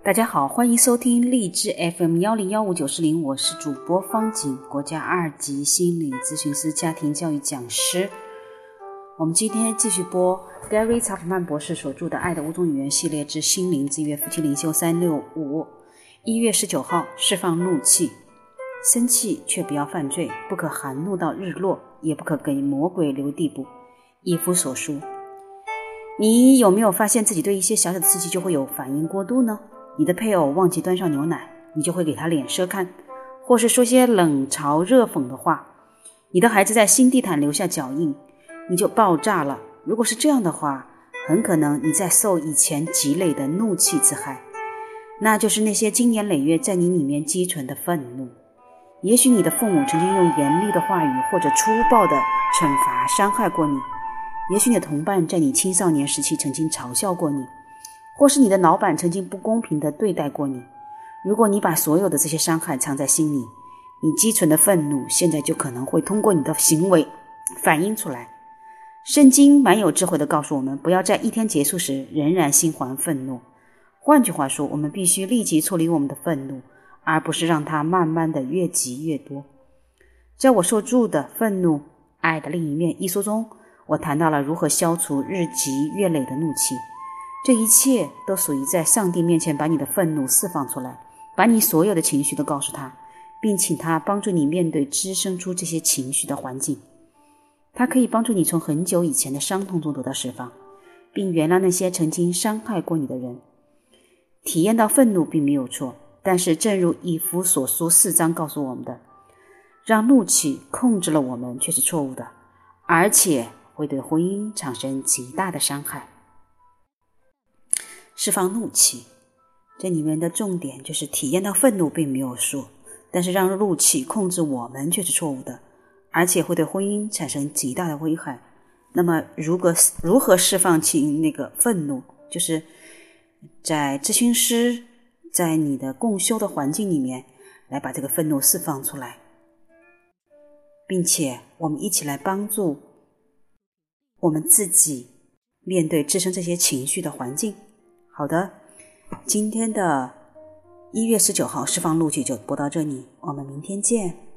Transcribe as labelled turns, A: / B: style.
A: 大家好，欢迎收听荔枝 FM10159440，我是主播方景，国家2级心理咨询师、家庭教育讲师。我们今天继续播 Gary Chapman 博士所著的《爱的5种语言》系列之心灵之约夫妻灵修365。1月19号，释放怒气。生气却不要犯罪，不可含怒到日落，也不可给魔鬼留地步。以弗所书。你有没有发现自己对一些小小的刺激就会有反应过度呢？你的配偶忘记端上牛奶，你就会给他脸色看，或是说些冷嘲热讽的话。你的孩子在新地毯留下脚印，你就爆炸了。如果是这样的话，很可能你在受以前积累的怒气之害，那就是那些经年累月在你里面积存的愤怒。也许你的父母曾经用严厉的话语或者粗暴的惩罚伤害过你，也许你的同伴在你青少年时期曾经嘲笑过你，或是你的老板曾经不公平地对待过你。如果你把所有的这些伤害藏在心里，你积存的愤怒现在就可能会通过你的行为反映出来。圣经蛮有智慧地告诉我们，不要在一天结束时仍然心怀愤怒。换句话说，我们必须立即处理我们的愤怒，而不是让它慢慢的越积越多。在我所著的《愤怒：爱的另一面》一书中，我谈到了如何消除日积月累的怒气。这一切都属于在上帝面前把你的愤怒释放出来，把你所有的情绪都告诉他，并请他帮助你面对滋生出这些情绪的环境。他可以帮助你从很久以前的伤痛中得到释放，并原谅那些曾经伤害过你的人。体验到愤怒并没有错，但是正如以弗所书4章告诉我们的，让怒气控制了我们却是错误的，而且会对婚姻产生极大的伤害。释放怒气，这里面的重点就是体验到愤怒并没有错，但是让怒气控制我们却是错误的，而且会对婚姻产生极大的危害。那么如何释放那个愤怒，就是在咨询师在你的共修的环境里面来把这个愤怒释放出来，并且我们一起来帮助我们自己面对自身这些情绪的环境。好的，今天的1月19号释放怒气就播到这里，我们明天见。